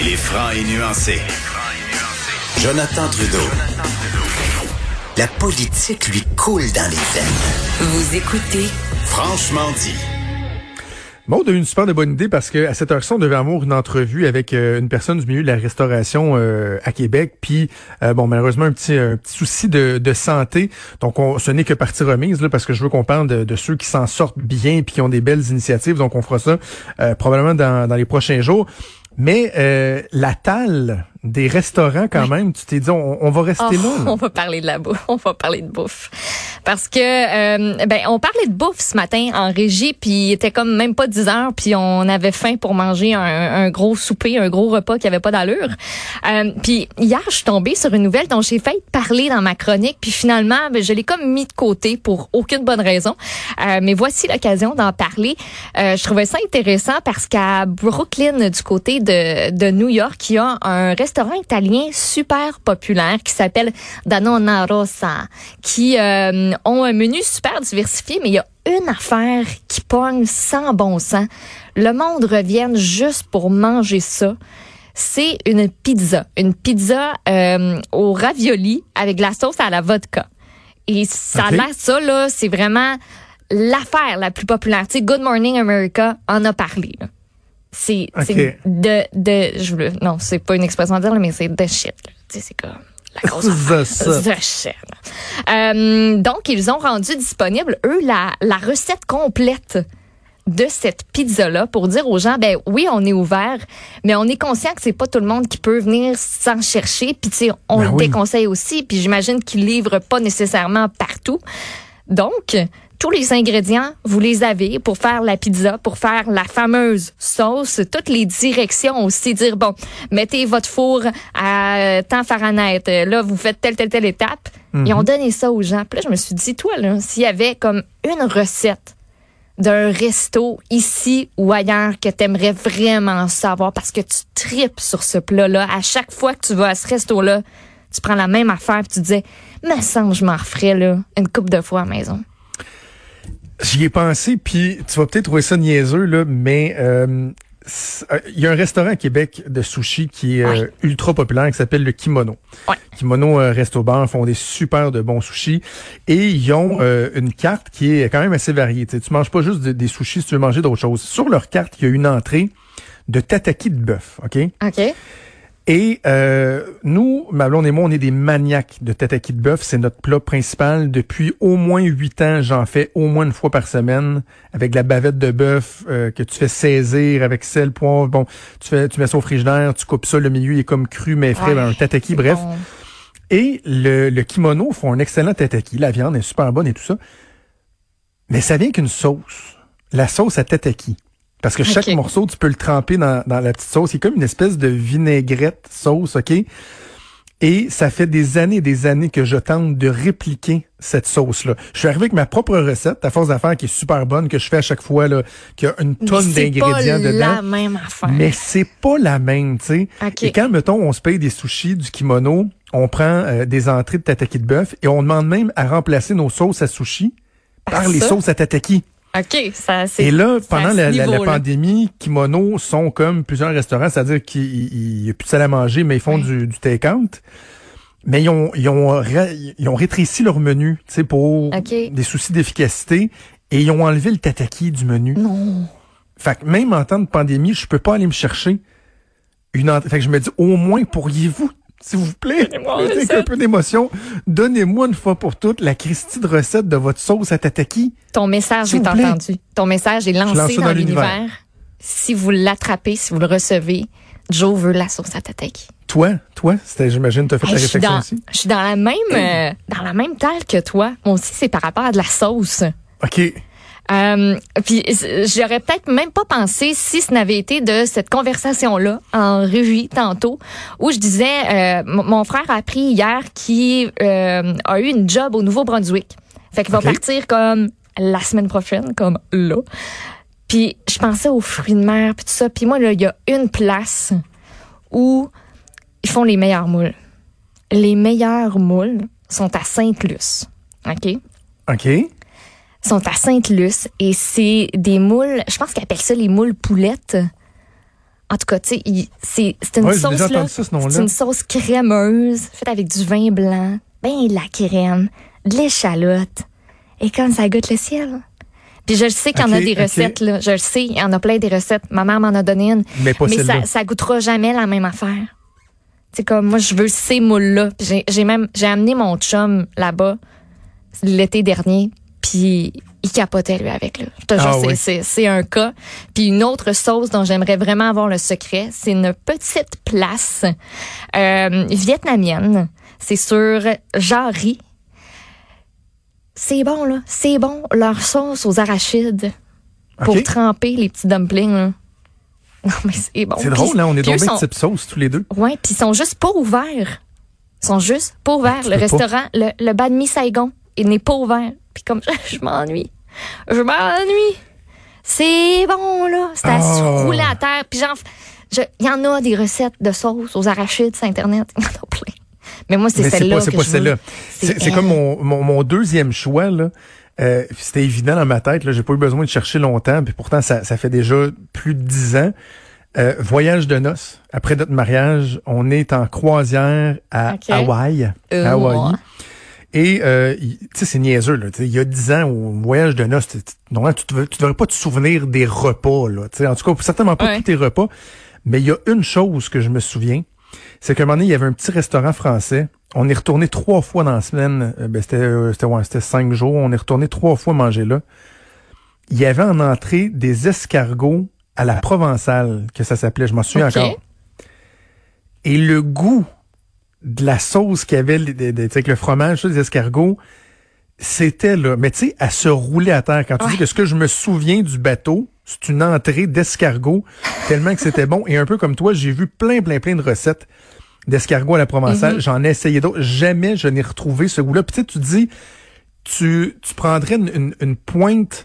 Il est franc et nuancé. Jonathan Trudeau. La politique lui coule dans les veines. Vous écoutez Franchement dit. Maud a eu une super de bonne idée parce que à cette heure-ci, on devait avoir une entrevue avec une personne du milieu de la restauration à Québec. Puis, malheureusement, un petit souci de santé. Donc, ce n'est que partie remise là, parce que je veux qu'on parle de ceux qui s'en sortent bien puis qui ont des belles initiatives. Donc, on fera ça probablement dans les prochains jours. Mais la talle des restaurants, quand même, tu t'es dit, on va rester là. On va parler de la bouffe. On va parler de bouffe. Parce que, on parlait de bouffe ce matin en régie, puis il était comme même pas 10 heures, puis on avait faim pour manger un gros souper, un gros repas qui avait pas d'allure. Puis hier, je suis tombée sur une nouvelle dont j'ai failli parler dans ma chronique, puis finalement, je l'ai comme mis de côté pour aucune bonne raison. Mais voici l'occasion d'en parler. Je trouvais ça intéressant parce qu'à Brooklyn, du côté de New York, il y a un restaurant italien super populaire qui s'appelle Da Nonna Rosa, qui ont un menu super diversifié, mais il y a une affaire qui pogne sans bon sens. Le monde revient juste pour manger ça. C'est une pizza. Une pizza au ravioli avec de la sauce à la vodka. Et ça a l'air ça, là, c'est vraiment l'affaire la plus populaire. Tu sais, Good Morning America en a parlé, là. C'est non, c'est pas une expression à dire, mais c'est the shit. Tu sais, c'est comme la grosse the shit. Donc, ils ont rendu disponible, eux, la recette complète de cette pizza-là pour dire aux gens, ben oui, on est ouvert, mais on est conscient que c'est pas tout le monde qui peut venir s'en chercher. Puis, tu sais, on le déconseille aussi. Puis, j'imagine qu'ils livrent pas nécessairement partout. Donc, tous les ingrédients, vous les avez pour faire la pizza, pour faire la fameuse sauce, toutes les directions aussi, dire, bon, mettez votre four à temps Fahrenheit, là, vous faites telle étape. Mm-hmm. Ils ont donné ça aux gens. Puis là, je me suis dit, toi, là, s'il y avait comme une recette d'un resto ici ou ailleurs que t'aimerais vraiment savoir parce que tu tripes sur ce plat-là, à chaque fois que tu vas à ce resto-là, tu prends la même affaire et tu disais, mais ça, je m'en referais, là, une couple de fois à la maison. J'y ai pensé, puis tu vas peut-être trouver ça niaiseux, là, mais il y a un restaurant à Québec de sushi qui est ultra populaire, qui s'appelle le Kimono. Ouais. Kimono Resto-Bar font des super de bons sushis et ils ont une carte qui est quand même assez variée. Tu manges pas juste des sushis si tu veux manger d'autres choses. Sur leur carte, il y a une entrée de tataki de bœuf, OK? OK. Et nous, ma blonde et moi, on est des maniaques de tataki de bœuf. C'est notre plat principal. Depuis au moins 8 ans, j'en fais au moins une fois par semaine avec de la bavette de bœuf que tu fais saisir avec sel, poivre. Bon, tu mets ça au frigidaire, tu coupes ça, le milieu il est comme cru mais frais, un tataki, bref. Bon. Et le Kimono font un excellent tataki. La viande est super bonne et tout ça. Mais ça vient qu'une sauce. La sauce à tataki. Parce que chaque morceau, tu peux le tremper dans la petite sauce. C'est comme une espèce de vinaigrette sauce, OK? Et ça fait des années que je tente de répliquer cette sauce-là. Je suis arrivé avec ma propre recette, à force d'affaires qui est super bonne, que je fais à chaque fois, là, qu'il y a une tonne d'ingrédients dedans. C'est pas la même affaire. Mais c'est pas la même, tu sais. Okay. Et quand, mettons, on se paye des sushis, du Kimono, on prend des entrées de tataki de bœuf et on demande même à remplacer nos sauces à sushi par les sauces à tataki. OK, ça c'est. Et là, pendant la pandémie, Kimono sont comme plusieurs restaurants, c'est-à-dire qu'il n'y a plus de salle à manger, mais ils font du take-out. Mais ils ont rétréci leur menu, tu sais, pour des soucis d'efficacité, et ils ont enlevé le tataki du menu. Non. Fait que même en temps de pandémie, je peux pas aller me chercher une entrée. Fait que je me dis, au moins, pourriez-vous, s'il vous plaît, avec un peu d'émotion, donnez-moi une fois pour toutes la Christie de recette de votre sauce à tataki. Ton message est entendu. Ton message est lancé dans l'univers. Si vous l'attrapez, si vous le recevez, Joe veut la sauce à tataki. Toi, j'imagine, t'as fait la réflexion aussi. Je suis dans la même taille que toi. Moi aussi, c'est par rapport à de la sauce. OK. Puis j'aurais peut-être même pas pensé si ce n'avait été de cette conversation-là en régie tantôt où je disais mon frère a appris hier qu'il a eu une job au Nouveau-Brunswick. Fait qu'il va partir comme la semaine prochaine, comme là. Puis je pensais aux fruits de mer puis tout ça. Puis moi là, il y a une place où ils font les meilleures moules. Les meilleures moules sont à Sainte-Luce. OK? Sont à Sainte-Luce et c'est des moules, je pense qu'ils appellent ça les moules poulettes. En tout cas, tu sais, c'est une sauce là. C'est une sauce crémeuse, faite avec du vin blanc, de la crème, de l'échalote. Et comme ça goûte le ciel. Puis je le sais qu'il y en a des recettes, là. Je le sais, il y en a plein des recettes. Ma mère m'en a donné une. Mais ça goûtera jamais la même affaire. C'est comme, moi, je veux ces moules-là. J'ai amené mon chum là-bas l'été dernier, puis il capotait, lui, avec, là. Je te jure, c'est un cas. Puis une autre sauce dont j'aimerais vraiment avoir le secret, c'est une petite place vietnamienne. C'est sur Jarry. C'est bon, là. C'est bon, leur sauce aux arachides pour tremper les petits dumplings, là. Non, mais c'est bon. C'est drôle, là. On est tombés de type sauce, tous les deux. Ouais, puis ils sont juste pas ouverts. Ils sont juste pas ouverts. Le restaurant, le Banh Mi Saigon, il n'est pas ouvert. Puis comme je m'ennuie. Je m'ennuie. C'est bon, là. C'est à se rouler à terre. Puis genre, il y en a des recettes de sauce aux arachides sur Internet. Il y en a plein. Mais moi, c'est celle-là. C'est pas celle-là. C'est comme mon deuxième choix, là. C'était évident dans ma tête, là. J'ai pas eu besoin de chercher longtemps. Puis pourtant, ça fait déjà plus de 10 ans. Voyage de noces. Après notre mariage, on est en croisière à Hawaï. Hawaï. Et, tu sais, c'est niaiseux, là. Il y a 10 ans, au voyage de noces, normalement, tu devrais pas te souvenir des repas, là. T'sais, en tout cas, certainement pas tous tes repas. Mais il y a une chose que je me souviens, c'est qu'à un moment donné, il y avait un petit restaurant français. On est retourné 3 fois dans la semaine. C'était 5 jours. On est retourné 3 fois manger là. Il y avait en entrée des escargots à la provençale, que ça s'appelait. Je m'en souviens encore. Et le goût de la sauce qu'il y avait, avec le fromage, des escargots, c'était là. Mais tu sais, à se rouler à terre. Quand tu dis que ce que je me souviens du bateau, c'est une entrée d'escargots, tellement que c'était bon. Et un peu comme toi, j'ai vu plein de recettes d'escargots à la provençale. J'en ai essayé d'autres. Jamais je n'ai retrouvé ce goût-là. Puis tu dis, tu prendrais une pointe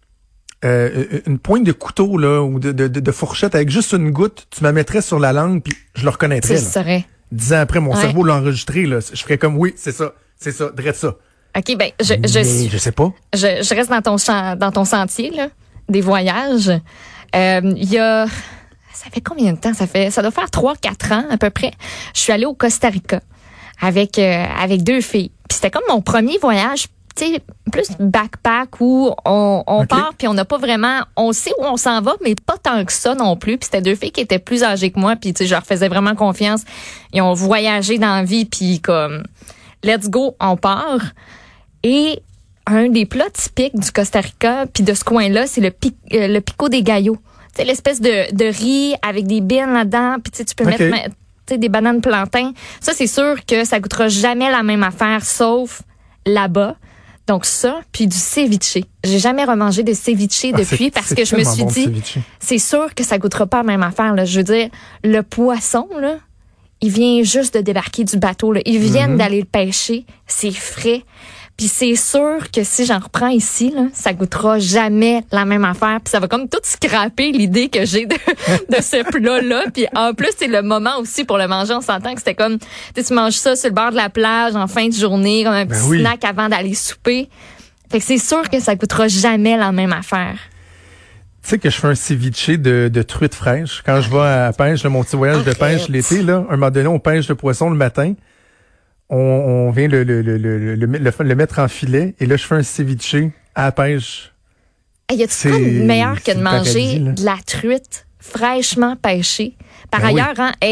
de couteau, là, ou de fourchette avec juste une goutte, tu me mettrais sur la langue, puis je le reconnaîtrais. C'est vrai. 10 ans après, mon cerveau l'a enregistré, là. Je ferais comme, oui, c'est ça, drette ça. OK, ben, je sais pas. Je reste dans ton sentier, là, des voyages. Il y a, ça fait combien de temps? Ça doit faire 3-4 ans, à peu près. Je suis allée au Costa Rica avec 2 filles. Puis c'était comme mon premier voyage, tu sais, plus backpack où on part puis on n'a pas vraiment, on sait où on s'en va, mais pas tant que ça non plus. Puis c'était 2 filles qui étaient plus âgées que moi, puis tu sais, je leur faisais vraiment confiance. Ils ont voyagé dans la vie, puis comme, let's go, on part. Et un des plats typiques du Costa Rica, puis de ce coin-là, c'est le pico de gallo. Tu sais, l'espèce de riz avec des beans là-dedans, puis tu sais, tu peux mettre des bananes plantains. Ça, c'est sûr que ça goûtera jamais la même affaire, sauf là-bas. Donc ça, puis du ceviche. J'ai jamais remangé de ceviche depuis parce que je me suis dit, c'est sûr que ça goûtera pas la même affaire, là. Je veux dire, le poisson, là, il vient juste de débarquer du bateau, là. Ils viennent d'aller le pêcher. C'est frais. Puis c'est sûr que si j'en reprends ici, là, ça goûtera jamais la même affaire. Puis ça va comme tout scraper l'idée que j'ai de ce plat-là. Puis en plus, c'est le moment aussi pour le manger. On s'entend que c'était comme, tu manges ça sur le bord de la plage en fin de journée, comme un petit snack avant d'aller souper. Fait que c'est sûr que ça goûtera jamais la même affaire. Tu sais que je fais un ceviche de truite fraîche. Quand je vais à la pêche, là, mon petit voyage de pêche l'été, là, un moment donné, on pêche le poisson le matin. On vient le mettre en filet et là je fais un ceviche à la pêche. Y a-t-il pas meilleur que de manger de la truite fraîchement pêchée? Par ailleurs,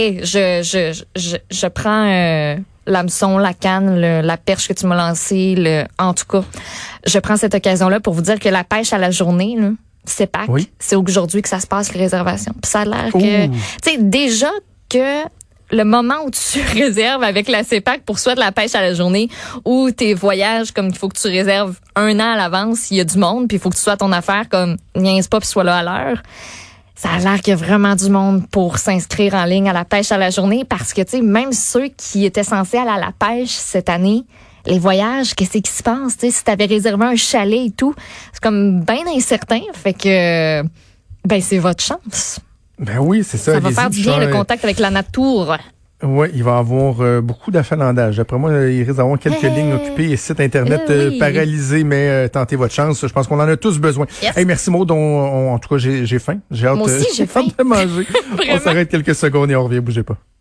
je prends l'hameçon, la canne, la perche que tu m'as lancée, en tout cas, je prends cette occasion-là pour vous dire que la pêche à la journée, là, c'est Pâques. C'est aujourd'hui que ça se passe, les réservations. Puis ça a l'air que, tu sais, déjà que le moment où tu réserves avec la CEPAC pour soit de la pêche à la journée ou tes voyages, comme il faut que tu réserves 1 an à l'avance, il y a du monde, puis il faut que tu sois à ton affaire, comme niaise pas puis sois là à l'heure. Ça a l'air qu'il y a vraiment du monde pour s'inscrire en ligne à la pêche à la journée parce que, tu sais, même ceux qui étaient censés aller à la pêche cette année, les voyages, qu'est-ce qui se passe? Tu sais, si t'avais réservé un chalet et tout, c'est comme bien incertain. Fait que, c'est votre chance. Ben oui, c'est ça. Ça va faire du bien le contact avec la nature. Oui, il va y avoir beaucoup d'achalandage. D'après moi, il risque d'avoir quelques lignes occupées et sites Internet paralysés, mais tentez votre chance. Je pense qu'on en a tous besoin. Yes. Hey, merci Maud. En tout cas, j'ai faim. J'ai hâte, moi aussi, j'ai faim de manger. On s'arrête quelques secondes et on revient. Bougez pas.